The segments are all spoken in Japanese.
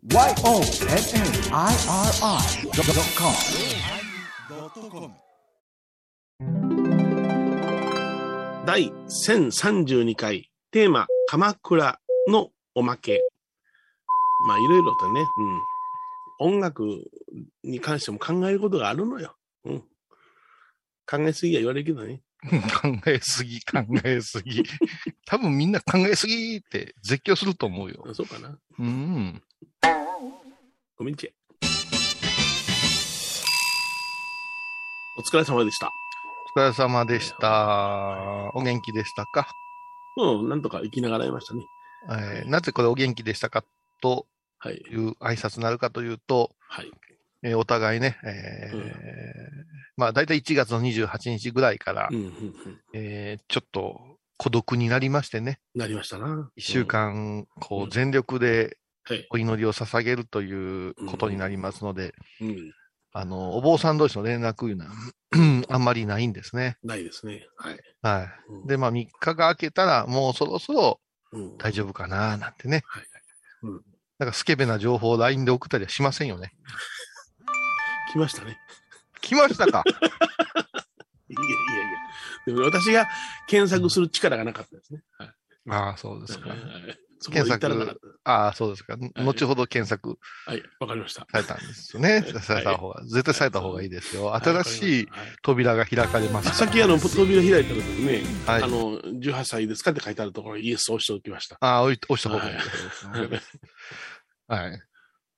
YONNIRI.com 第1032回テーマ鎌倉のおまけ。まあいろいろとね、音楽に関しても考えることがあるのよ。考えすぎは言われるけどね。 考えすぎ。多分みんな考えすぎって絶叫すると思うよ。 そうかな。ごめんち。お疲れ様でした。 お疲れ様でした。お元気でしたか？ なんとか生きながらいましたね。 なぜこれお元気でしたかという挨拶になるかというと、お互いね、まあ大体1月の28日ぐらいから、ちょっと孤独になりましてね。 なりましたな。 1週間、全力でお祈りを捧げるということになりますので、お坊さん同士の連絡いうのはあんまりないんですね。 ないですね。 はい。で、まあ3日が明けたらもうそろそろ大丈夫かななんてね。なんかスケベな情報を LINE で送ったりはしませんよね。 来ましたね。 来ましたか？ いや。でも私が検索する力がなかったですね。 ああ、そうですか。 検索。 そうですか。後ほど検索。 はい、わかりました。 されたんですよね。された方が、絶対された方がいいですよ。新しい扉が開かれます。 さっき扉開いた時にね、18歳ですかって書いてあるところ、イエスを押しておきました。 押した方がいいです。はい。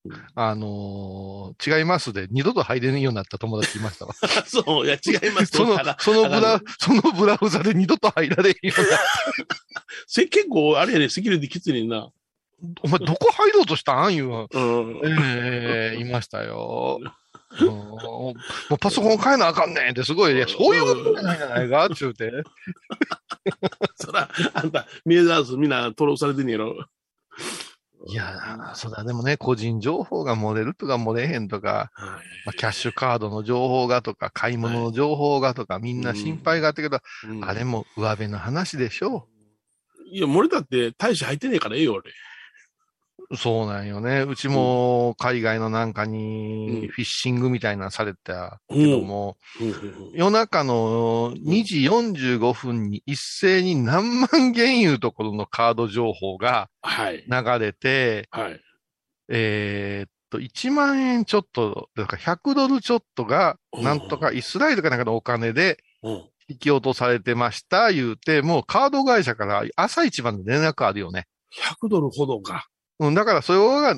違いますで、二度と入れないようになった友達いましたわ。 そう、いや、違います。 そのブラウザで二度と入られんようになった。 結構、あれやね、セキュリティきついねんな。 お前、どこ入ろうとしたんいういましたよ。もうパソコン変えなあかんねんってすごい、そういうことじゃないじゃないかって言うて。 そら、あんた、見えざるみんな登録されてんねやろ。 いやそうだ、でもね、個人情報が漏れるとか漏れへんとか、キャッシュカードの情報がとか、買い物の情報がとか、みんな心配があったけど、あれも上辺の話でしょう。いや、漏れたって大使入ってねえからええよ、俺。 そうなんよね。うちも海外のなんかにフィッシングみたいなのされたけども、夜中の2時45分に一斉に何万元いうところのカード情報が流れて、1万円ちょっと、だから100ドルちょっとが、なんとかイスラエルかなんかのお金で引き落とされてました、言うて、もうカード会社から朝一番で連絡あるよね。 100ドルほどか。 だからそれが、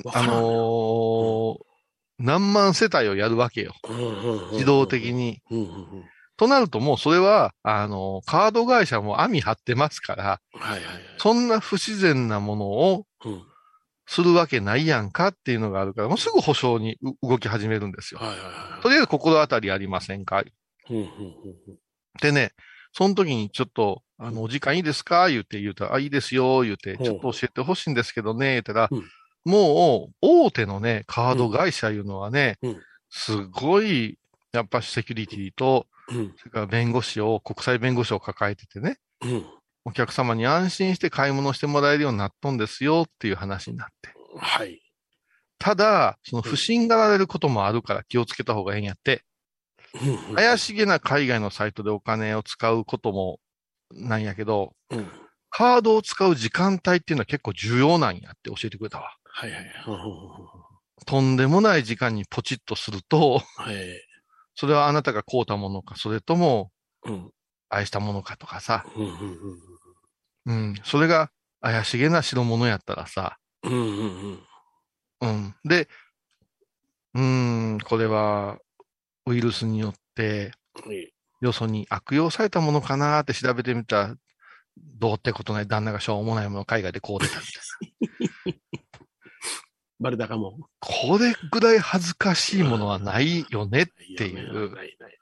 何万世帯をやるわけよ。自動的に。となるともうそれは、カード会社も網張ってますから、そんな不自然なものをするわけないやんかっていうのがあるから、もうすぐ保証に動き始めるんですよ。とりあえず心当たりありませんか？でね、その時にちょっと、お時間いいですか言うたら、いいですよ、言うて、ちょっと教えてほしいんですけどね、言ったら、もう、大手のね、カード会社いうのはね、すごい、やっぱセキュリティと、それから国際弁護士を抱えててね、お客様に安心して買い物してもらえるようになっとんですよっていう話になって。ただ、その不審がられることもあるから気をつけた方がいいんやって、怪しげな海外のサイトでお金を使うこともなんやけど、カードを使う時間帯っていうのは結構重要なんやって教えてくれたわ。とんでもない時間にポチッとすると、それはあなたが買うたものか、それとも、愛したものかとかさ、それが怪しげな代物やったらさ、で、これはウイルスによって、よそに悪用されたものかなって調べてみたら、どうってことない旦那がしょうもないものを海外でこう出たみたいな。 バレたかも。 これぐらい恥ずかしいものはないよねっていう。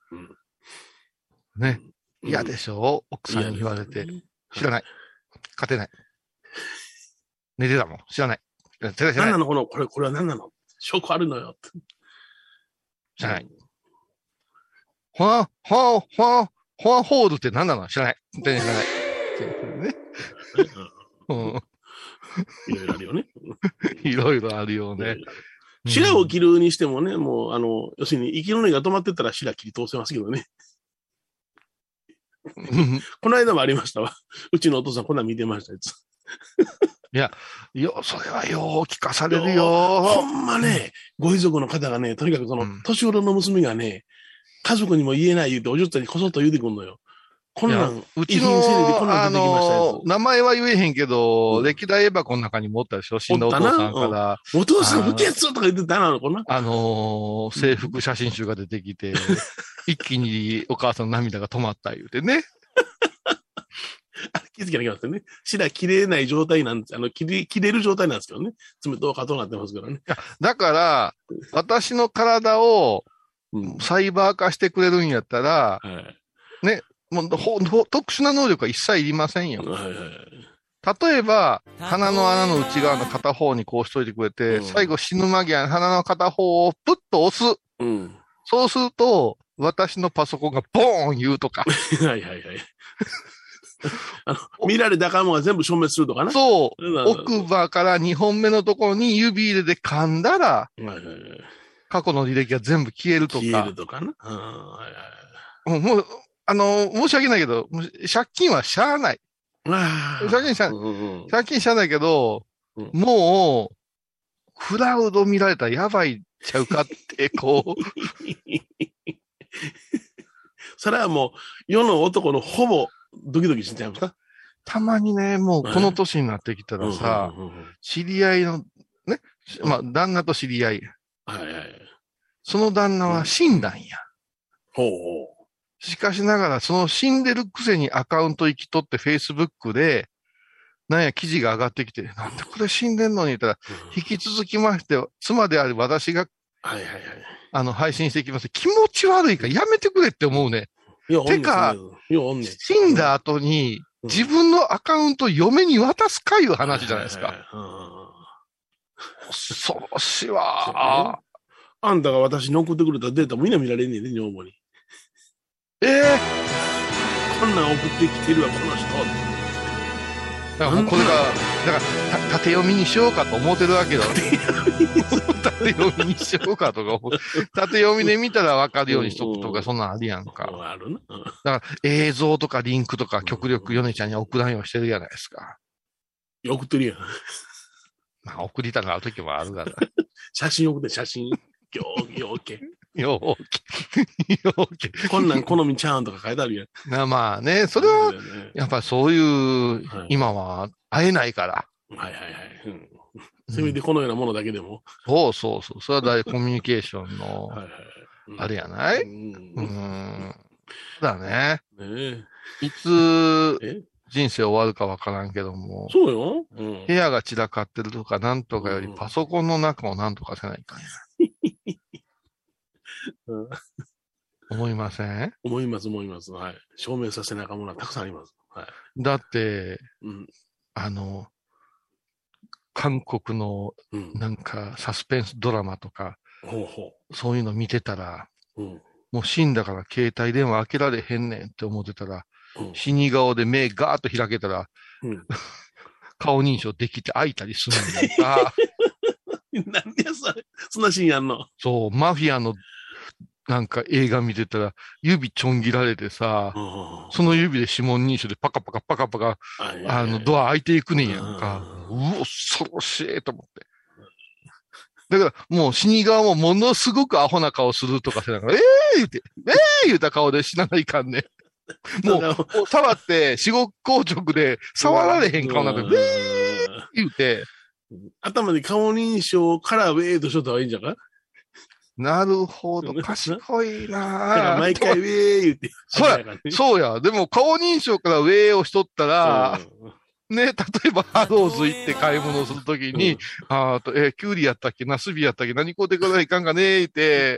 ね。嫌でしょ？奥さんに言われて。知らない。勝てない。寝てたもん。知らない。 何なのこれは何なの？証拠あるのよ。 知らない。フォアホールって何なの？知らない。全然知らない。ね。 いろいろあるよね。 いろいろあるよね。 白を切るにしてもね、もう、要するに、息の根が止まってたら白切り通せますけどね。この間もありましたわ。うちのお父さんこんなん見てました、 いや、それはよう聞かされるよ。 ほんまね、ご遺族の方がね、とにかく年頃の娘がね、家族にも言えない言うて、お嬢ちゃんにこそっと言うてくんのよ。こんなん、 うちの、名前は言えへんけど、歴代エバコの中にもおったでしょ、死んだお父さんから。 お父さん不潔とか言ってたなのかな。 制服写真集が出てきて、一気にお母さんの涙が止まった言うてね。 気づけなきゃいけませんね。白切れない状態なんです。切れる状態なんですけどね。爪とかとなってますからね。 だから、私の体をサイバー化してくれるんやったら、ね、もう特殊な能力は一切いりませんよ。例えば、鼻の穴の内側の片方にこうしといてくれて、最後死ぬ間際に鼻の片方をプッと押す。そうすると、私のパソコンがボーン言うとか。 はいはいはい。見られたかもが全部消滅するとかな。 そう。奥歯から2本目のところに指入れで噛んだら、過去の履歴が全部消えるとか。 消えるとかな。 もう、申し訳ないけど、借金はしゃあない。借金しゃあないけど、もう、クラウド見られたらやばいちゃうかって、こう。 それはもう、世の男のほぼドキドキしちゃうんですか？ たまにね、もうこの年になってきたらさ、知り合いの、ね、まあ、旦那と知り合い。その旦那は死んだんや。しかしながら、その死んでるくせにアカウント行き取って Facebook で、なんや記事が上がってきて、なんでこれ死んでんのに言ったら、引き続きまして、妻である私が、配信していきます。気持ち悪いからやめてくれって思うね。てか、死んだ後に自分のアカウント嫁に渡すかいう話じゃないですか。恐ろしいわ。 あんたが私に送ってくれたデータもみんな見られんねんね、女房に。こんなん送ってきてるわ、この人。 だからもうこれが、だから縦読みにしようかと思ってるわけだ。縦読みにしようかとか思う。縦読みで見たら分かるようにしとくとか、そんなんあるやんか。 あるな。 だから映像とかリンクとか極力ヨネちゃんに送らんようにしてるじゃないですか。 送ってるやん。 まあ送りたくなる時もあるから。 写真送って、写真。よーけ。こんなん好みちゃうんとか書いてあるやん。 まあね、それは、やっぱりそういう、今は会えないから。 せめてこのようなものだけでも。 そう。それは大コミュニケーションの、あれやないだね。いつ、人生終わるかわからんけども。 そうよ。 部屋が散らかってるとかなんとかよりパソコンの中をなんとかせないかんや。思いません？ 思います。はい。証明させなあかんものはたくさんあります。はい。 だって、韓国のなんかサスペンスドラマとか、そういうの見てたら、もう死んだから携帯電話開けられへんねんって思ってたら、死に顔で目ガーッと開けたら、顔認証できて開いたりするんだか。 なんでそんなシーンやんの？そう、 マフィアのなんか映画見てたら、指ちょん切られてさ、その指で指紋認証でパカパカ、ドア開いていくねんやんか。恐ろしいと思って。だから、もう死に側もものすごくアホな顔するとかせながら、言うた顔で死なないかんねん。もう触って、死後硬直で触られへん顔なんで、言うて。 頭に顔認証からウェーとしとった方がいいんじゃんか？ なるほど。賢いなぁ。 だから毎回ウェー言って。 そうや。でも顔認証からウェーをしとったら、ね、例えばハローズ行って買い物するときに、キュウリやったっけ、ナスビやったっけ、何買うてくださいかんかねって、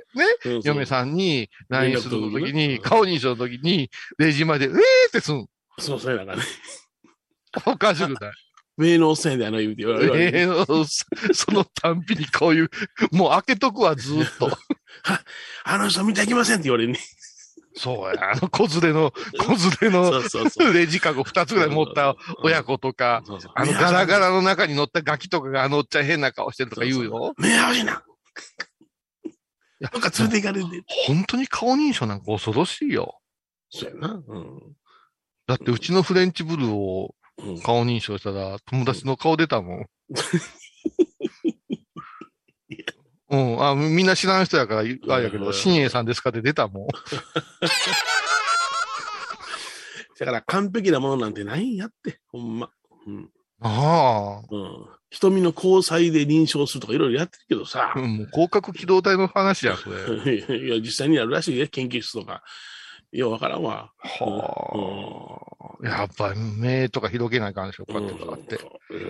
ね、嫁さんに LINE するときに、顔認証のときに、レジ前で、ってすん。 そう、だからね。 おかしくない。 上のおっさんで言うて言われる。 そのたんびにもう開けとくわ、ずーっと。 あの人見ていきませんって言われるね。 そうや、子連れのレジカゴ2つぐらい持った親子とか、ガラガラの中に乗ったガキとかがおっちゃん変な顔してるとか言うよ。 目合わせな。とか連れて行かれて。 本当に顔認証なんか恐ろしいよ。 そうやな。 だってうちのフレンチブルを顔認証したら友達の顔出たもん。みんな知らん人やから、あれやけど、新栄さんですかって出たもん。 だから完璧なものなんてないんやって、ほんま。 ああ。 瞳の交際で認証するとかいろいろやってるけどさ。 もう広角機動隊の話や、それ。 いや、実際にあるらしいね、研究室とか。ようわからんわ。 やっぱり目とか広げないかんでしょ、こうやってとかって。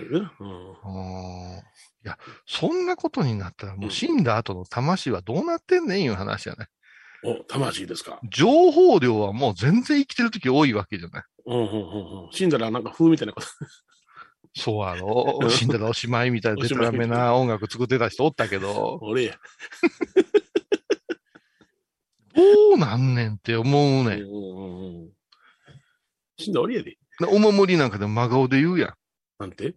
いや、そんなことになったらもう死んだ後の魂はどうなってんねんいう話やね。 魂ですか。 情報量はもう全然生きてるとき多いわけじゃない。 死んだらなんか風みたいなこと。 そうやろ。死んだらおしまいみたいなデタラメな音楽作ってた人おったけど。 俺や。 どうなんねんって思うねん。 死んだ俺やで。 お守りなんかでも真顔で言うやん。 なんて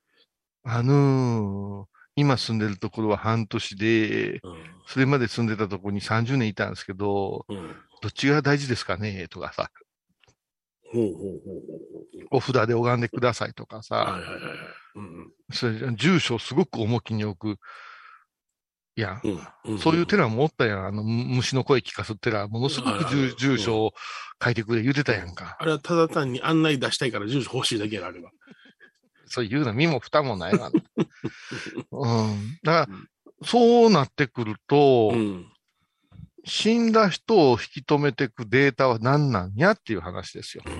今住んでるところは半年で、それまで住んでたところに30年いたんですけど、どっちが大事ですかねとかさ。お札で拝んでくださいとかさ。それ住所をすごく重きに置く。いや、そういう寺もおったやん。虫の声聞かす寺、ものすごく住所を書いてくれ言うてたやんか。 あれはただ単に案内出したいから住所欲しいだけやあれば。 そういうの身も蓋もないわ、ね。だから、そうなってくると、死んだ人を引き止めていくデータは何なんやっていう話ですよ。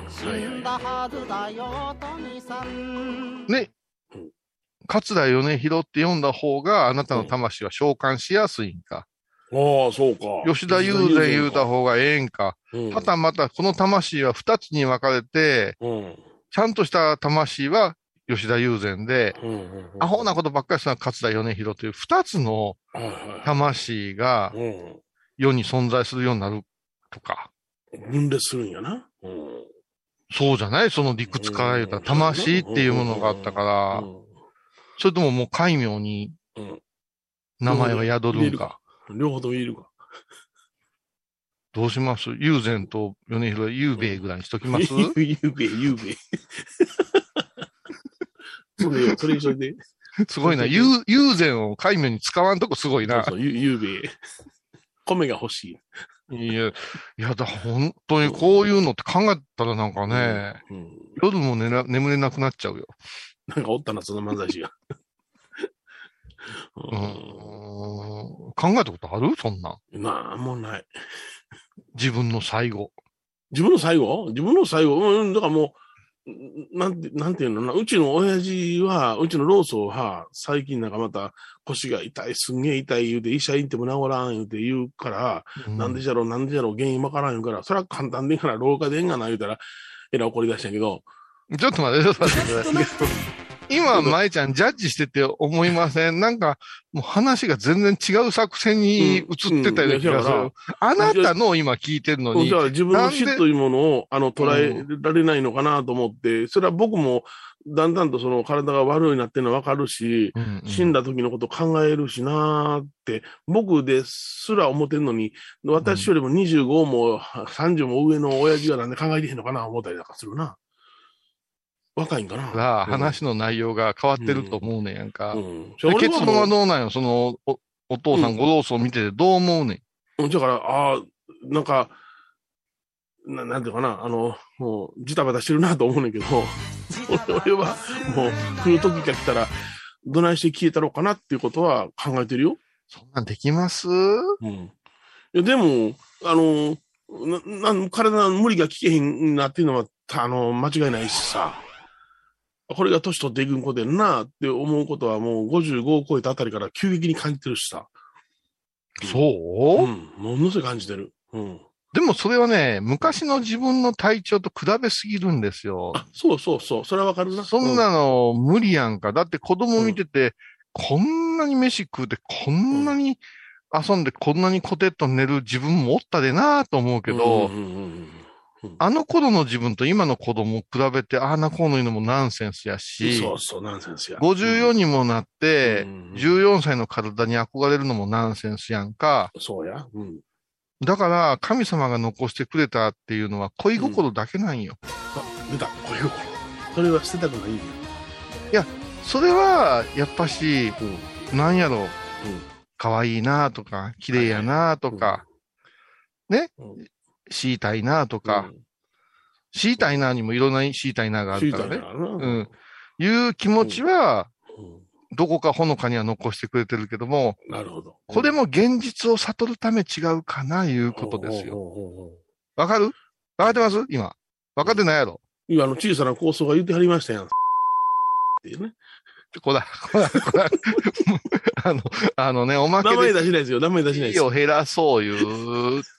ね。桂米広って読んだ方があなたの魂は召喚しやすいんか。 そうか。 吉田友禅言うた方がええんか。はたまたこの魂は2つに分かれて、ちゃんとした魂は吉田友禅で、アホなことばっかりするのは桂米広という2つの魂が世に存在するようになるとか。 分裂するんやな。 そうじゃないその理屈から言うたら魂っていうものがあったから、それとももう戒名に名前は宿るんか。 両方ともいるか。 どうします友禅と米広は雄兵衛ぐらいにしときます雄兵衛。それ一緒で。 すごいな。友禅を戒名に使わんとこすごいな。 そう、雄兵衛。米が欲しい。いや、本当にこういうのって考えたらなんかね、夜も眠れなくなっちゃうよ。 なんかおったな、その漫才師が。 考えたことあるそんなん。 もうない。 自分の最後。 だからもう、なんていうのな、うちの親父は、うちの老僧は、最近なんかまた腰が痛い、すんげえ痛い言うて、医者行っても治らん言うて言うから、なんでじゃろう、原因わからん言うから、それは簡単でいいから、廊下でええんがな言うたら、怒り出したんやけど。 ちょっと待って。今、舞ちゃんジャッジしてて思いませんなんか、もう話が全然違う作戦に移ってたような気がする。あなたのを今聞いてるのに。 だから自分の死というものを、捉えられないのかなと思って、それは僕も、だんだんとその体が悪いなっていうのはわかるし、死んだ時のこと考えるしなーって、僕ですら思ってんのに、私よりも25も30も上の親父がなんで考えてへんのかな思ったりなんかするな。若いんかな。 話の内容が変わってると思うねんやんか。結論はどうなんよそのお父さんご老僧見ててどう思うねん。だから、なんか、なんていうかな、もう、ジタバタしてるなと思うねんけど、俺はもう、来る時が来たら、どないして消えたろうかなっていうことは考えてるよ。 そんなんできます？ いや、でも、体の無理が効けへんなっていうのは、間違いないしさ。これが年取っていくことやんなって思うことはもう55を超えたあたりから急激に感じてるしさ。 そう？ ものすごい感じてる。 でもそれはね、昔の自分の体調と比べすぎるんですよ。 そう。それはわかるな。 そんなの無理やんか。だって子供見てて、こんなに飯食うて、こんなに遊んでこんなにコテッと寝る自分もおったでなと思うけど、あの頃の自分と今の子供を比べて、ああなこうのいうのもナンセンスやし、 そうそう、ナンセンスや。 54にもなって、14歳の体に憧れるのもナンセンスやんか。 そうや。 だから、神様が残してくれたっていうのは恋心だけなんよ。 出た、恋心。それは捨てたくないんよ。 いや、それは、やっぱし、なんやろ、可愛いなとか、綺麗やなとか、ね、知りたいなとか、知りたいなにもいろんな知りたいながあるからね。いう気持ちは、どこかほのかには残してくれてるけども、 なるほど。 これも現実を悟るため違うかな、いうことですよ。わかる？わかってます？今。わかってないやろ？ いや、小さな構想が言ってはりましたやん。っていうね。 こら。おまけで。 名前出しないですよ、名前出しないですよ。 を減らそう言って、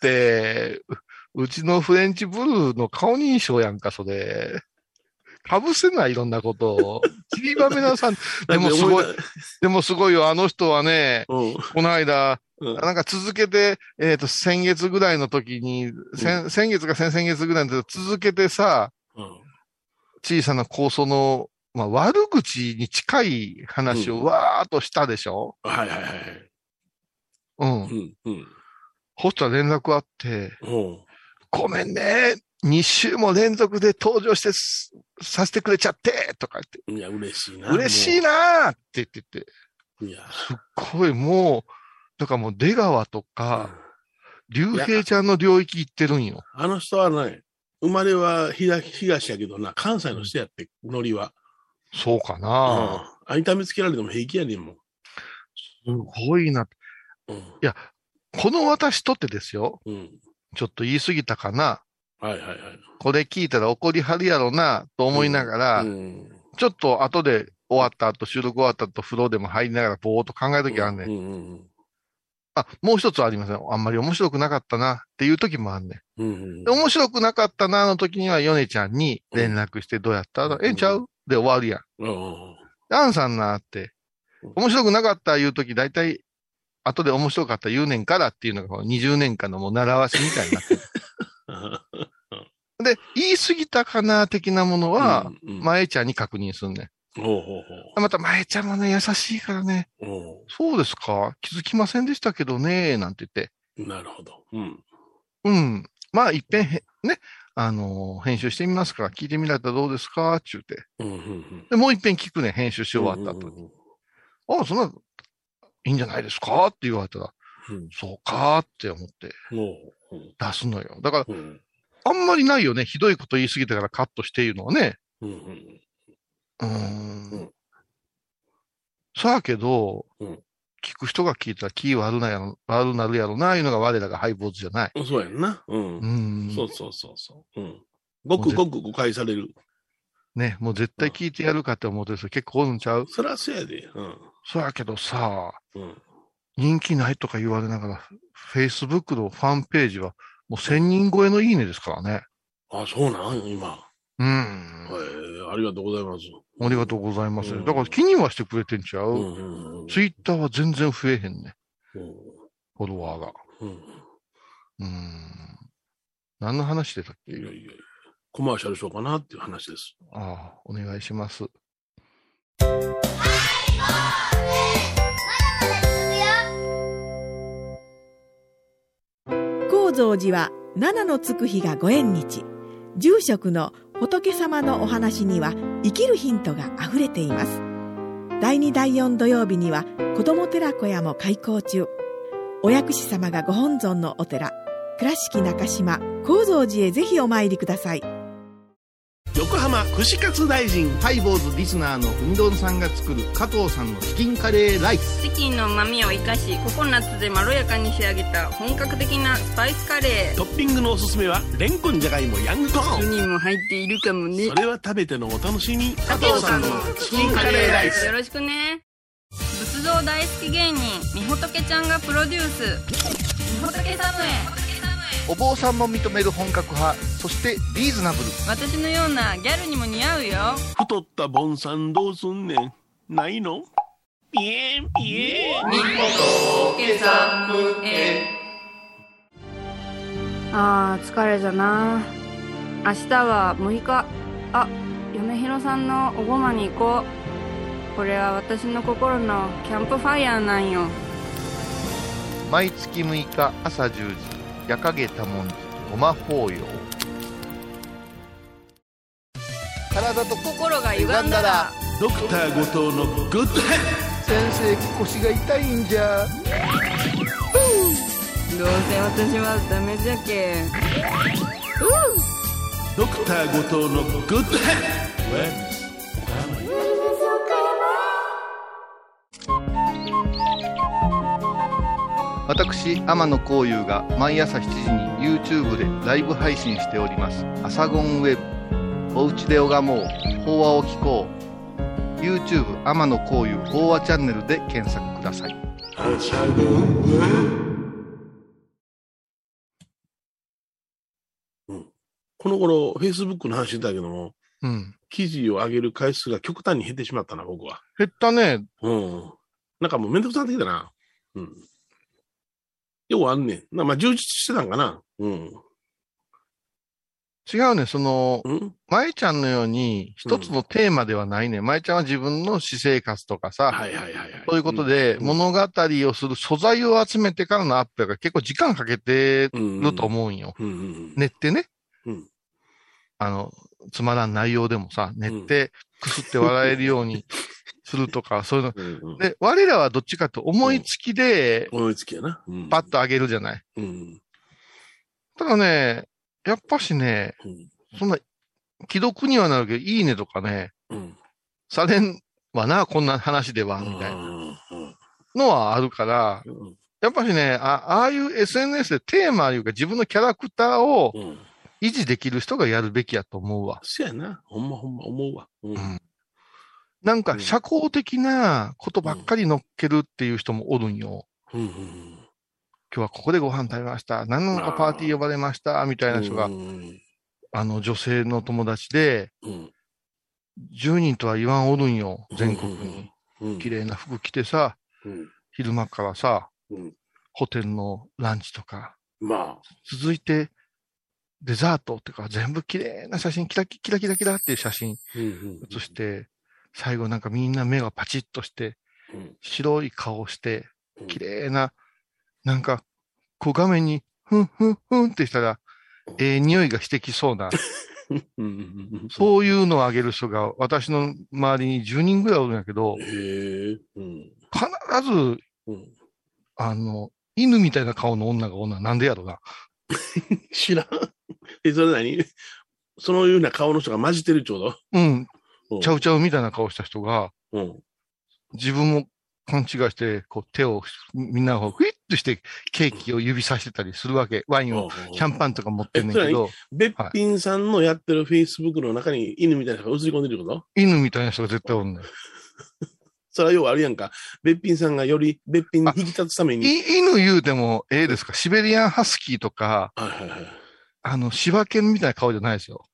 うちのフレンチブルーの顔認証やんか、それ。かぶせない、いろんなことを。ちりばめなさん。でもすごいよ、あの人はね、この間、なんか続けて、先月ぐらいの時に、先月か先々月ぐらいの時続けてさ、小さな構想の、まあ、悪口に近い話をわーっとしたでしょ？ はい。 そしたら連絡あって、ごめんね、2週も連続で登場してさせてくれちゃって、とか言って。 いや、嬉しいな。 嬉しいなーって言ってて。 いや。 すっごいもう、だからもう出川とか、竜兵ちゃんの領域行ってるんよ。 あの人はね、生まれは東やけどな、関西の人やって、ノリは。 そうかな。 痛めつけられても平気やねんもん。 すごいな。いや、この私とってですよ。ちょっと言い過ぎたかな。これ聞いたら怒りはるやろな、と思いながら、ちょっと後で終わった後、収録終わった後、風呂でも入りながらぼーっと考えるときあんねん。もう一つありません。あんまり面白くなかったなっていう時もあんねん。面白くなかったなの時には、ヨネちゃんに連絡してどうやったら、ええちゃうで終わるやん。アンさんなって、面白くなかった言う時、だいたい後で面白かった言うねんからっていうのが20年間のもう習わしみたいになってる。で、言い過ぎたかな的なものは、まえちゃんに確認すんねん。また、まえちゃんもね、優しいからね。そうですか？気づきませんでしたけどね、なんて言って。 なるほど。 まあ、いっぺんね、編集してみますから、聞いてみられたらどうですかって言って。で、もういっぺん聞くね、編集し終わった後に。そんな、いいんじゃないですかって言われたら、そうかって思って出すのよ。だから、あんまりないよね。ひどいこと言い過ぎたからカットしていうのはね。さあけど、聞く人が聞いたら気悪なるやろな、いうのが我らがハイボーズじゃない。 そうやんな。そう。ごくごく誤解される。 ね、もう絶対聞いてやるかって思ってる人結構おるんちゃう？ そりゃそうやで。 そうやけどさ、人気ないとか言われながら、Facebook のファンページはもう1000人超えのいいねですからね。 そうなん今。ありがとうございます。 ありがとうございます。だから気にはしてくれてんちゃう？ツイッターは全然増えへんね。フォロワーが。何の話でたっけ？ コマーシャルしようかなっていう話です。 お願いします。 高蔵寺は七のつく日がご縁日。住職の仏様のお話には生きるヒントがあふれています。第2第4土曜日には子ども寺小屋も開校中。お薬師様がご本尊のお寺、倉敷中島・高蔵寺へぜひお参りください。 横浜串カツ大臣ハイボーズリスナーのうみどんさんが作る加藤さんのチキンカレーライス。 チキンの旨味を生かしココナッツでまろやかに仕上げた本格的なスパイスカレー。 トッピングのおすすめはレンコン、じゃがいも、ヤングコーン。 1人も入っているかもね。 それは食べてのお楽しみ。 加藤さんのチキンカレーライス、よろしくね。仏像大好き芸人みほとけちゃんがプロデュース、みほとけサムエ。 お坊さんも認める本格派、そしてリーズナブル。 私のようなギャルにも似合うよ。 太ったボンさんどうすんねん、ないの？ピエンピエン。みほと仏さんへ。あー疲れじゃな。明日は6日。あ、嫁ひろさんのおごまに行こう。これは私の心のキャンプファイヤーなんよ。 毎月6日朝10時、夜影多文字ごま法要。体と心が歪んだらドクター後藤のグッドヘッ先生腰が痛いんじゃ。 どうせ私はダメじゃけ。 ドクター後藤のグッドヘッ私天野幸雄が毎朝7時に YouTube でライブ配信しておりますアサゴンウェブ。おうちで拝もう法話を聞こう。 YouTube 天野幸雄法話チャンネルで検索ください。 この頃、Facebook の話してたけども、 うん。 記事を上げる回数が極端に減ってしまったな、僕は。 減ったね。 うん。なんかもうめんどくさくなってきたな。うん。ようあんねん。まあ、充実してたんかな。うん。 違うね。舞ちゃんのように一つのテーマではないね。舞ちゃんは自分の私生活とかさ、 はいはいはいはい。 そういうことで、物語をする素材を集めてからのアップが結構時間かけてると思うんよ。練ってね。つまらん内容でもさ、練ってくすって笑えるようにするとか、そういうの。で、我らはどっちかと思いつきで、 思いつきやな。 パッと上げるじゃない。ただね、やっぱしね、そんな、既読にはなるけど、いいねとかね、されんわな、こんな話では、みたいなのはあるから、やっぱしね、ああいう SNS でテーマいうか自分のキャラクターを維持できる人がやるべきやと思うわ。 そうやな。ほんま思うわ。 なんか社交的なことばっかり乗っけるっていう人もおるんよ。今日はここでご飯食べました。何のかパーティー呼ばれました。みたいな人が、女性の友達で、10人とは言わんおるんよ。全国に。綺麗な服着てさ、昼間からさ、ホテルのランチとか。続いて、デザートっていうか、全部綺麗な写真、キラキラっていう写真写して、最後なんかみんな目がパチッとして、白い顔して、綺麗な、なんか、こう画面に、ふんってしたら、匂いがしてきそうな、そういうのをあげる人が、私の周りに10人ぐらいおるんやけど、必ず、犬みたいな顔の女がおんのはなんでやろな。 知らん。それ何そういうような顔の人が混じってるちょうど。 ちゃうちゃうみたいな顔した人が、自分も勘違いして、こう手を、みんなをフィッとしてケーキを指さしてたりするわけ。ワインを、シャンパンとか持ってんねんけど。 べっぴんさんのやってる Facebook の中に犬みたいな人が映り込んでること犬みたいな人が絶対おるねん。 それは要はあるやんか。べっぴんさんがよりべっぴんに引き立つために。 犬言うてもですか。シベリアンハスキーとか、柴犬みたいな顔じゃないですよ。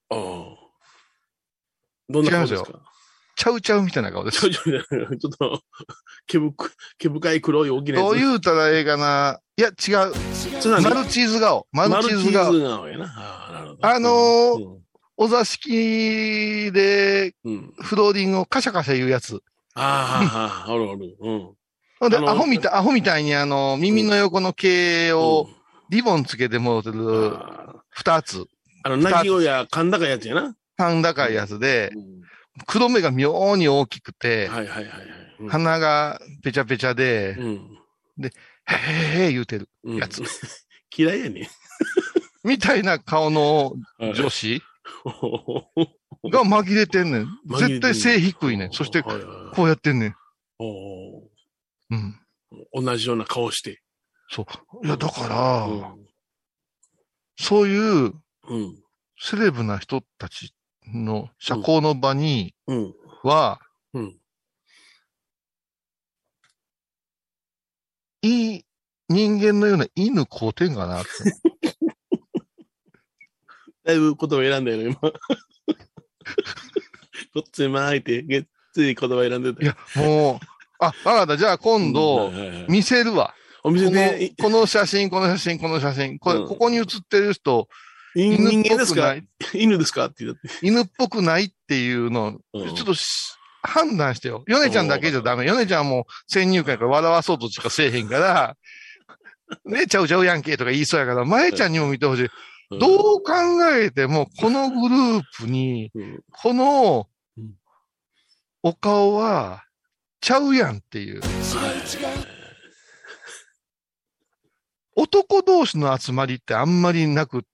どんな顔ですか？ ちゃうちゃうみたいな顔です。 ちょっと、毛深い黒い大きなやつ。 どう言うたらええかな。いや、違う。マルチーズ顔。マルチーズ顔やな。 お座敷で、フローリングをカシャカシャ言うやつ。 ある。 で、アホみたいに耳の横の毛をリボンつけてもらってる二つ。 鳴き声や甲高いやつやな。 甲高いやつで、黒目が妙に大きくて、鼻がペチャペチャで、で、へー言うてるやつ。 嫌いやね。 みたいな顔の女子が紛れてんねん。絶対背低いねん。そして、こうやってんねん。 同じような顔して。 そう。いや、だから、そういう、セレブな人たちの社交の場には、いい人間のような犬買うてんかなって。 だいぶ言葉選んだよね、今。こっち巻いて、げっつい言葉選んでた。 いや、もう、わかった。じゃあ今度、見せるわ。 お店で。 この写真、この写真、この写真、ここに写ってる人、 人間ですか？犬ですかって言って。 犬っぽくないっていうのを、ちょっと判断してよ。ヨネちゃんだけじゃダメ。ヨネちゃんも先入観から笑わそうとしかせえへんから、ね、ちゃうちゃうやんけとか言いそうやから、前ちゃんにも見てほしい。どう考えても、このグループに、このお顔は、ちゃうやんっていう。男同士の集まりってあんまりなくって、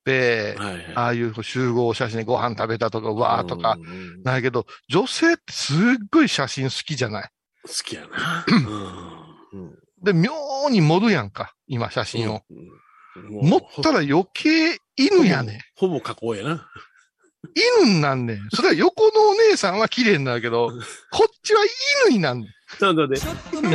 ああいう集合写真でご飯食べたとか、わーとか、ないけど、女性ってすっごい写真好きじゃない？ 好きやな。 で、妙に盛るやんか、今写真を。盛ったら余計犬やねん。 ほぼ加工やな。 犬になんねん。それは横のお姉さんは綺麗になるけど、こっちは犬になんねん。 ちょっと待って。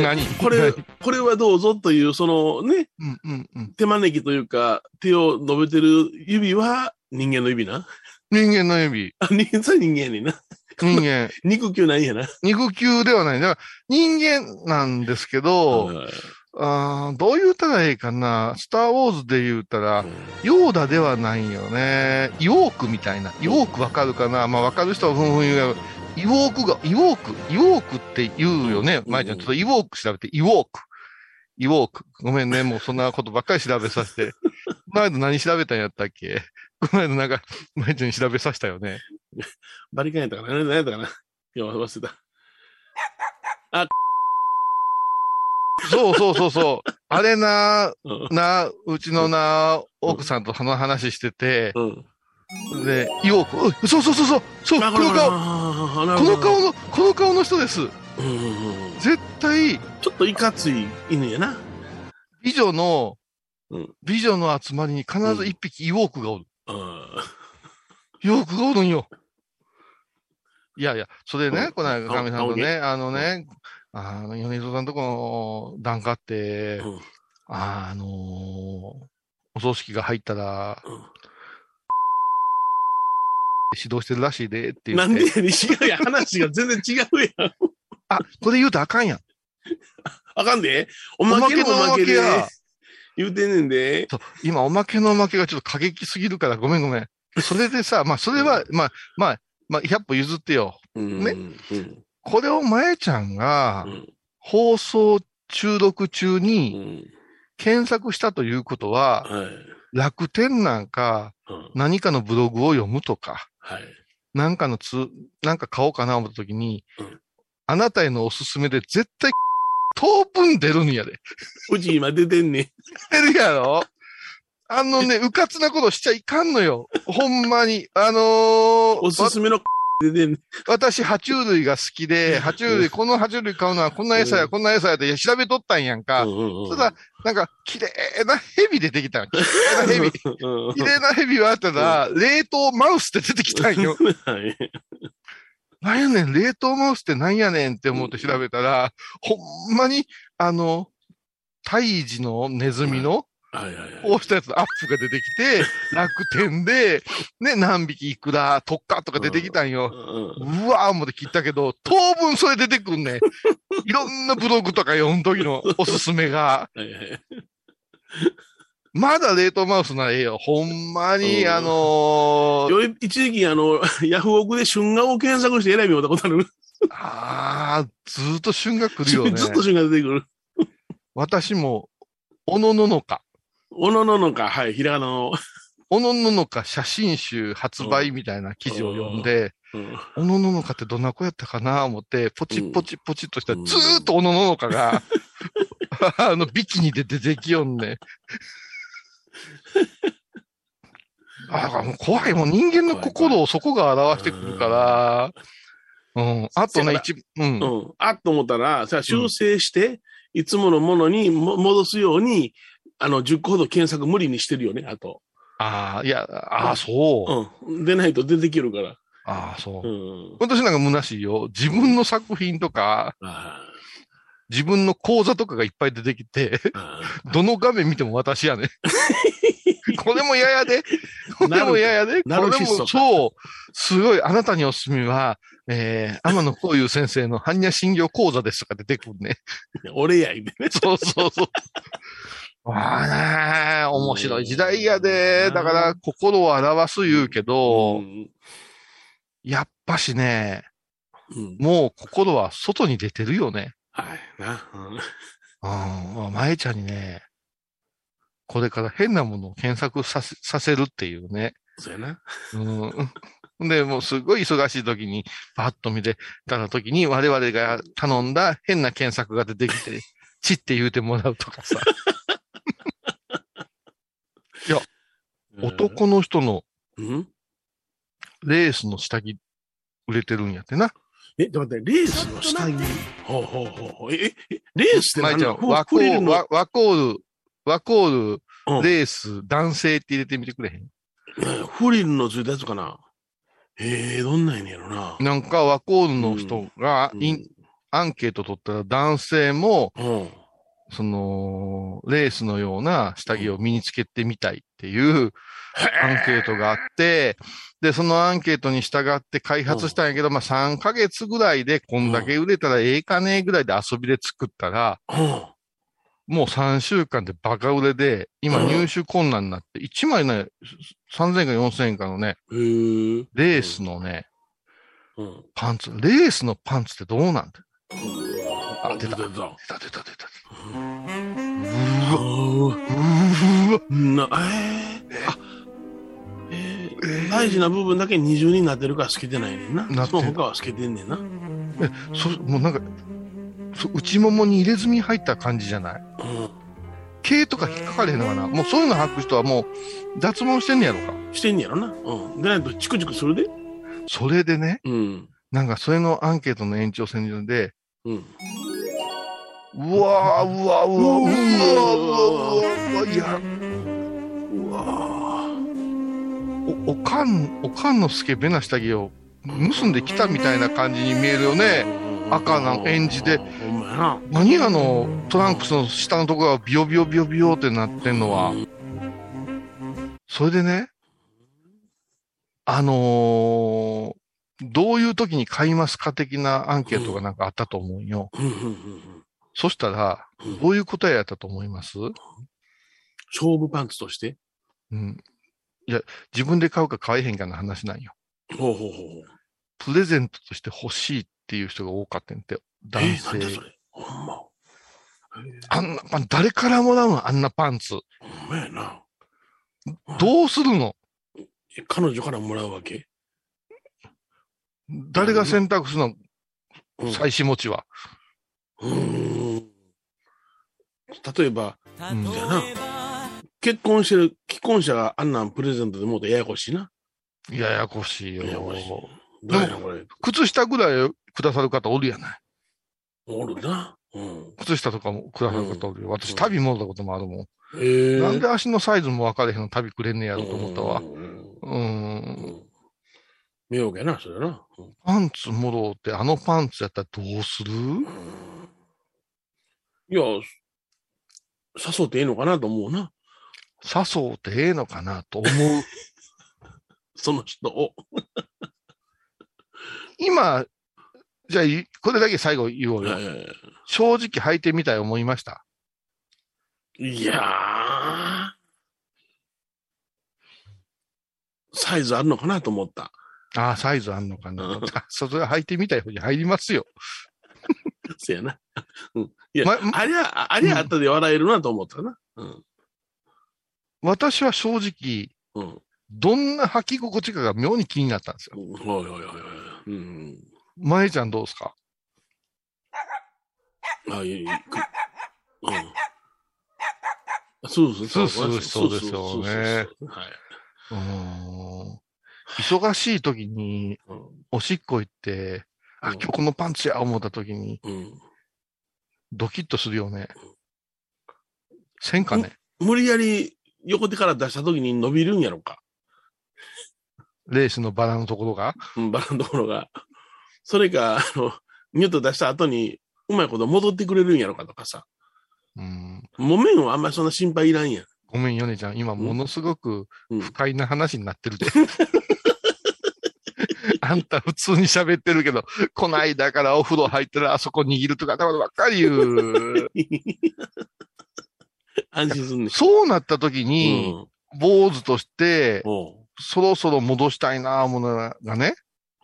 何これはどうぞという、そのね、手招きというか、手を伸べてる指は人間の指な。 人間の指。 それ人間やねんな。 人間。 肉球ないんやな。 肉球ではない。だから人間なんですけど、どう言うたらいいかな。スターウォーズで言うたら、ヨーダではないよね。イウォークみたいな。イウォークわかるかな？まあわかる人はふんふん言うけど、イウォークって言うよね。前ちゃん、ちょっとイウォーク調べて、イウォーク。ごめんね、もうそんなことばっかり調べさせて。この間何調べたんやったっけ？この間なんか、前ちゃんに調べさせたよね。 バリカンやったかな？何やったかな？いや、忘れた。 そう。あれうちの奥さんと話してて、で、イオーク、そう、この顔の人です。絶対、 ちょっといかつい犬やな。 美女の集まりに必ず一匹イオークがおる。イオークがおるんよ。いや、それね、この間、かみさんとね、米津さんとこの檀家って、お葬式が入ったら、指導してるらしいでって言って。 なんで違うやん。話が全然違うやん。 これ言うとあかんやん。 あかんで。おまけのおまけで言うてんねんで。 今、おまけのおまけがちょっと過激すぎるからごめん。それでさ、それは、100歩譲ってよ。ね。これを前ちゃんが、放送収録中に検索したということは、楽天なんか、何かのブログを読むとか、なんか買おうかな思った時に、あなたへのおすすめで絶対、当分出るんやで。 うち今出てんねん。 出るやろ？うかつなことしちゃいかんのよ。ほんまに。 おすすめの出てんねん。 私、爬虫類が好きで、この爬虫類買うのはこんな餌やって調べとったんやんか。ただ、なんか、綺麗な蛇出てきた。綺麗な蛇はあったら、冷凍マウスって出てきたんよ。なんやねん、冷凍マウスってなんやねんって思って調べたら、ほんまに、胎児のネズミの、こうしたやつのアップが出てきて、楽天で、ね、何匹いくら、特価とか出てきたんよ。うわー思って切ったけど、当分それ出てくんね。いろんなブログとか読むときのおすすめが。まだ冷凍マウスならええよ。ほんまに、 一時期ヤフオクで春画を検索して選びをたことある。 ずーっと春画来るよね。 ずっと春画出てくる。 私も、おのののか。 はい、ひらがなの。 おのののか写真集発売みたいな記事を読んで、おのののかってどんな子やったかな思って、ポチッとしたら、ずーっとおのののかが、ビキニで出てきよんね。もう怖い。もう人間の心をそこが表してくるから、あとね、 と思ったら、修正して、いつものものに戻すように、10個ほど検索無理にしてるよね、あと。 そう。 でないと出てきるから。 そう。私なんか虚しいよ。自分の作品とか、自分の講座とかがいっぱい出てきて、どの画面見ても私やね。これも嫌やで。これも嫌やで。 ナルシスト。 そう。すごい。あなたにおすすめは、天野幸雄先生の般若心経講座ですとか出てくるね。 俺やいでね。 そう。 わあね、面白い時代やで。だから、心を表す言うけど、やっぱしね、もう心は外に出てるよね。 はい、な。 まえちゃんにね、これから変なものを検索させるっていうね。 そうやな。 で、もうすごい忙しい時に、パッと見てた時に、我々が頼んだ変な検索が出てきて、チって言うてもらうとかさ。いや、男の人の、レースの下着、売れてるんやってな。 でも待って、レースの下着。ほう。レースって何なの？ワコール、レース、男性って入れてみてくれへん？ フリルのついたやつかな。どんなんやねやろな。 なんかワコールの人が、アンケート取ったら男性も、その、レースのような下着を身につけてみたいっていうアンケートがあって、で、そのアンケートに従って開発したんやけど、まあ、3ヶ月ぐらいでこんだけ売れたらええかねぐらいで遊びで作ったら、もう3週間でバカ売れで、今入手困難になって、1枚ね、3000円か4000円かのね、レースのね、パンツ、レースのパンツってどうなんて。出た。 大事な部分だけ二重になってるから透けてないねんな。その他は透けてんねんな。 もうなんか、内ももに入れ墨入った感じじゃない？毛とか引っかかれへんのかな？もうそういうの履く人はもう脱毛してんねやろか。 してんねやろな。でないとチクチクするで。 それでね、なんかそれのアンケートの延長線で、いや、おかんのスケベな下着を盗んできたみたいな感じに見えるよね。赤な演じで。何トランクスの下のところがビヨビヨビヨビヨってなってんのは。それでね、どういう時に買いますか的なアンケートがなんかあったと思うよ。そしたら、どういう答えやったと思います？ 勝負パンツとして？ いや、自分で買うか買えへんかの話なんよ。プレゼントとして欲しいっていう人が多かったんって、男性。 なんでそれ？ほんま。 あんなパン、誰からもらうの？あんなパンツ。 ほんまやな。 どうするの？ 彼女からもらうわけ？ 誰が選択するの？妻子持ちは。 例えば、じゃあな、結婚してる既婚者があんなんプレゼントでもうてややこしいな。 ややこしいよ。 ややこしい。どうやな、これ。 靴下ぐらいくださる方おるやない。 おるな。 靴下とかもくださる方おるよ。私、旅もらったこともあるもん。なんで足のサイズも分かれへんの旅くれんねやろと思ったわ。 見ようけな、それな。 パンツもろうって、あのパンツやったらどうする？ いや、誘ってええのかなと思うな。 誘ってええのかなと思う。 その人を。 今、じゃあ、これだけ最後言おうよ。正直履いてみたい思いました。 いやー。サイズあるのかなと思った。 ああ、サイズあんのかな。それは履いてみたい方に入りますよ。 そうやな。いや、ありゃあったで笑えるなと思ったな。 私は正直、どんな履き心地かが妙に気になったんですよ。まえちゃんどうですか？そうですよね。忙しい時に、おしっこ行って、今日このパンツや思った時に、ドキッとするよね。せんかね。 無理やり横手から出した時に伸びるんやろか。 レースのバラのところが？ バラのところが。それか、ニュッと出した後に、うまいこと戻ってくれるんやろかとかさ。もめんはあんまりそんな心配いらんやん。 ごめん、ヨネちゃん。今、ものすごく不快な話になってるで。あんた普通に喋ってるけど、こないだからお風呂入ったらあそこ握るとか、だからばっかり言う。 安心すんねん。 そうなった時に、坊主として、そろそろ戻したいな、ものがね。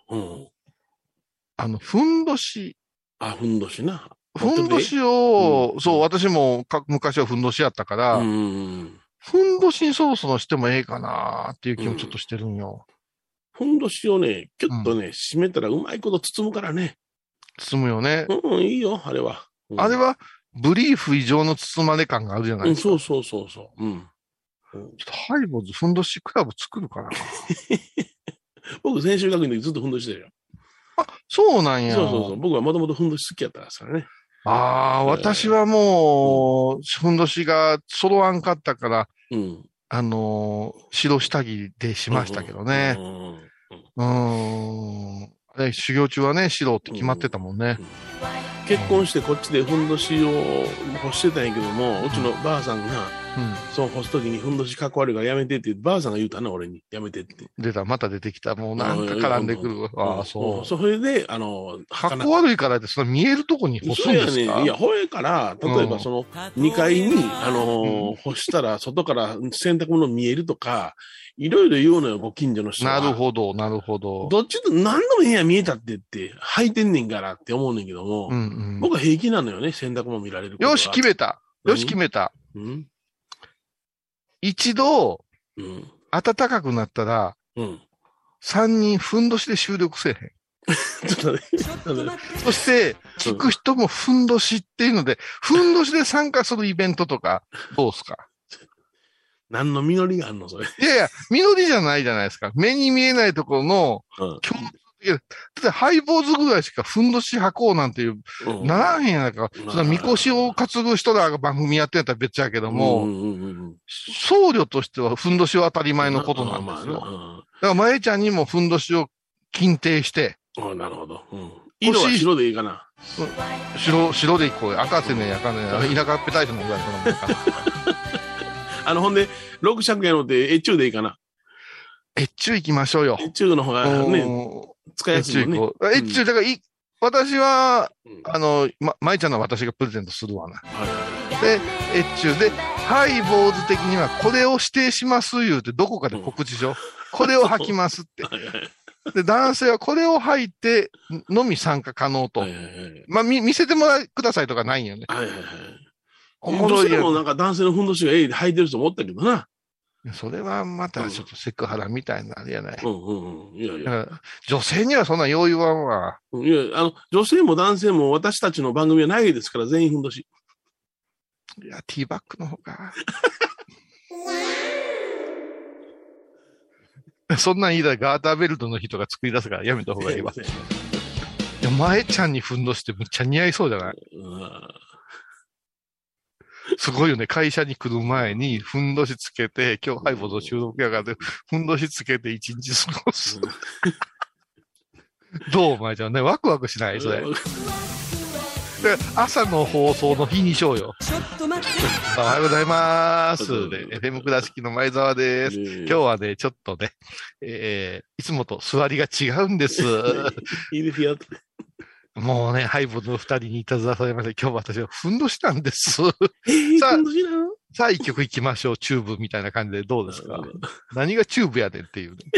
ふんどし。 ふんどしな。 ふんどしを、そう、私も昔はふんどしやったから、ふんどしにそろそろしてもええかなっていう気もちょっとしてるんよ。 ふんどしをね、キュッとね、締めたらうまいこと包むからね。 包むよね。 いいよ、あれは。 あれは、ブリーフ以上の包まれ感があるじゃないですか。 そう。ちょっとハイボーズふんどしクラブ作るかな。 僕、専修学院の時ずっとふんどしだよ。 そうなんや。 そう。僕はもともとふんどし好きやったからね。 私はもう、ふんどしが揃わんかったから、白下着でしましたけどね。修行中はね、白って決まってたもんね。 結婚してこっちでふんどしを干してたんやけども、うちのばあさんが、その干すときにふんどしかっこ悪いからやめてって、ばあさんが言うたな、俺に。やめてって。 また出てきた。もうなんか絡んでくる。そう。 それで、かっこ悪いからって、その見えるとこに干すんですか？ そうやね。いや、ほえから、例えばその、2階に、干したら、外から洗濯物見えるとか、いろいろ言うのよ、ご近所の人は。 なるほど。 どっちと何の部屋見えたって言って、履いてんねんからって思うねんけども、僕は平気なのよね、洗濯物見られることは。 よし、決めた。一度、暖かくなったら、3人ふんどしで収録せえへん。そして、聞く人もふんどしっていうので、ふんどしで参加するイベントとか、どうすか？ 何の実りがあんのそれ。 いや、実りじゃないじゃないですか。目に見えないところの、共通的だってハイボーズぐらいしかふんどし履こうなんていう、ならへんやないか。そのみこしを担ぐ人らが番組やってんやったら別やけども、僧侶としてはふんどしは当たり前のことなんですよ。だから、まえちゃんにもふんどしを禁定して。 なるほど。色は白でいいかな。 白でいこうよ。赤せねえ、赤ねえ。田舎っぺたい人のぐらいそんなもんかな。 ほんで、6尺やので、越中でいいかな。 越中行きましょうよ。 越中の方がね、使いやすいもんね。 越中、だから私は、まいちゃんの私がプレゼントするわな。で、越中で、ハイボーズ的にはこれを指定します言うて、どこかで告知しよう。これを履きますって。で、男性はこれを履いてのみ参加可能と。見せてもらくださいとかないんよね。 女性もなんか男性のふんどしが履いてると思ったけどな。 それはまたちょっとセクハラみたいなあれやない。 いや。 だから女性にはそんな余裕はんわ。 いや、女性も男性も私たちの番組はないですから、全員ふんどし。 いや、ティーバッグの方が。そんなん言いたらガーターベルトの人が作り出すからやめた方がいいわ。いや、前ちゃんにふんどしってむっちゃ似合いそうじゃない？すごいよね。会社に来る前に、ふんどしつけて、今日ハイボーズ収録やからで、ふんどしつけて一日過ごす。どうお前ちゃんね、ワクワクしないそれ。で朝の放送の日にしようよ。おはようございます。で、FM 倉敷の前澤です。今日はね、ちょっとね、いつもと座りが違うんです。 いいですよ。 もうね、ハイボーズの二人にいたずらされまして、今日私はふんどしなんです。さあ一曲行きましょう、チューブみたいな感じでどうですか？何がチューブやねんっていう、ね。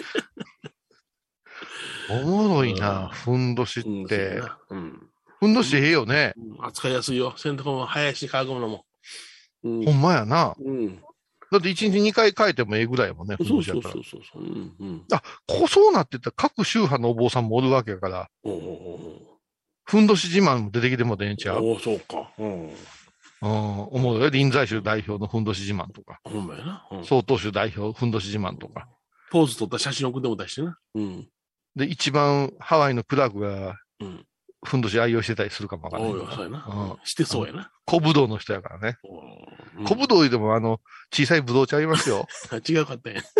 おもろいな、ふんどしって。ふんどしええよね。 扱いやすいよ。洗濯物早いし、乾くものも。 ほんまやな。だって1日2回変えてもええぐらいもんね、ふんどしやったら。そうなってったら各宗派のお坊さんもおるわけやから。ふんどし自慢も出てきてもええんちゃう？ そうか。 思うよ。臨済宗代表のふんどし自慢とか。 ほんまやな。 曹洞宗代表ふんどし自慢とか。 ポーズ撮った写真送っても出してな。 で、一番ハワイのクラークが、ふんどし愛用してたりするかもわからない。 そうやな。してそうやな。 小ぶどうの人やからね。小ぶどうでも小さいぶどうちゃいますよ。 違うかったんや。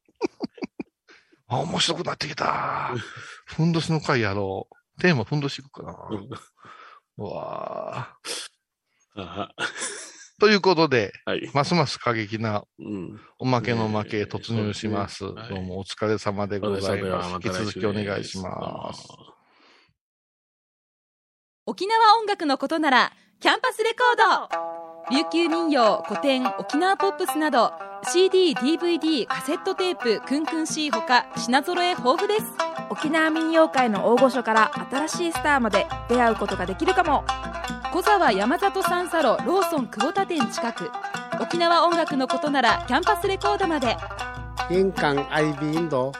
面白くなってきた。ふんどしの回やろう。テーマふんどしいくかな。うわぁ。ということで、ますます過激なおまけのおまけ突入します。どうもお疲れ様でございます。引き続きお願いします。 沖縄音楽のことならキャンパスレコード。 琉球民謡、古典、沖縄ポップスなど CD、DVD、カセットテープ、クンクン C ほか品揃え豊富です。 沖縄民謡界の大御所から新しいスターまで出会うことができるかも。 小沢山里三佐路ローソン久保田店近く。沖縄音楽のことならキャンパスレコードまで。 印港 IB 印度。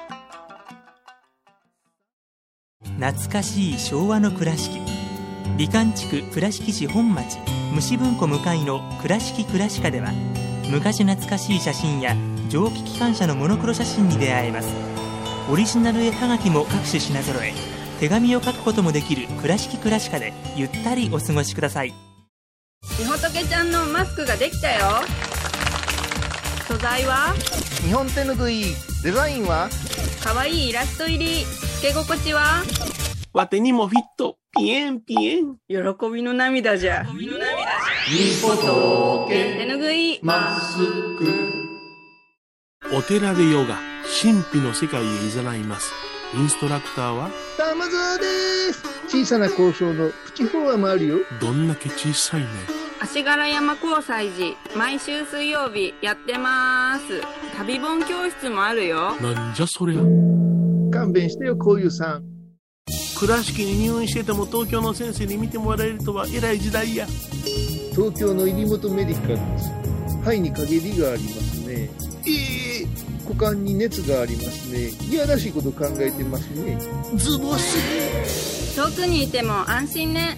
懐かしい昭和の倉敷。美観地区倉敷市本町虫文庫向かいの倉敷倉歯科では、昔懐かしい写真や蒸気機関車のモノクロ写真に出会えます。オリジナル絵はがきも各種品揃え、手紙を書くこともできる倉敷倉歯科でゆったりお過ごしください。 みほとけちゃんのマスクができたよ。素材は日本手ぬぐい。デザインはかわいいイラスト入り。つけ心地はわてにもフィット。ピエンピエン。 喜びの涙じゃ。 みほとけ手ぬぐいマスク。お寺でヨガ、神秘の世界へ誘います。インストラクターは玉沢です。小さな交渉のプチフォアもあるよ。 どんだけ小さいね。 足柄山交際時、毎週水曜日やってます。旅本教室もあるよ。 なんじゃそりゃ。 勘弁してよ、こういうさん。 倉敷に入院してても東京の先生に見てもらえるとは偉い時代や。 東京の入本メディカルです。肺に陰りがありますね。股間に熱がありますね。いやらしいこと考えてますね。 ズボス。 遠くにいても安心ね。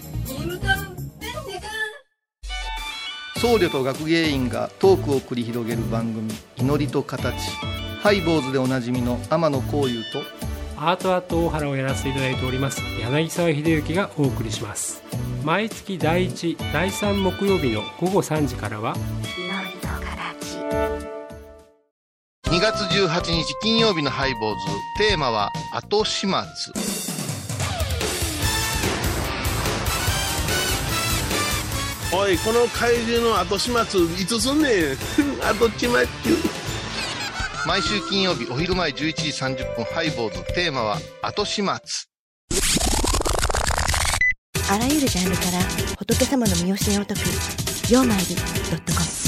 僧侶と学芸員がトークを繰り広げる番組、祈りと形。ハイボーズでおなじみの天野幸雄とアートアート大原をやらせていただいております柳沢秀幸がお送りします。毎月第1、第3木曜日の午後3時からは 2月18日金曜日のハイボーズ。テーマは後始末。 おい、この怪獣の後始末いつすんねん。後始末。 毎週金曜日お昼前11時30分ハイボーズ。テーマは後始末。 あらゆるジャンルから仏様の身教えを解く曜マイル.com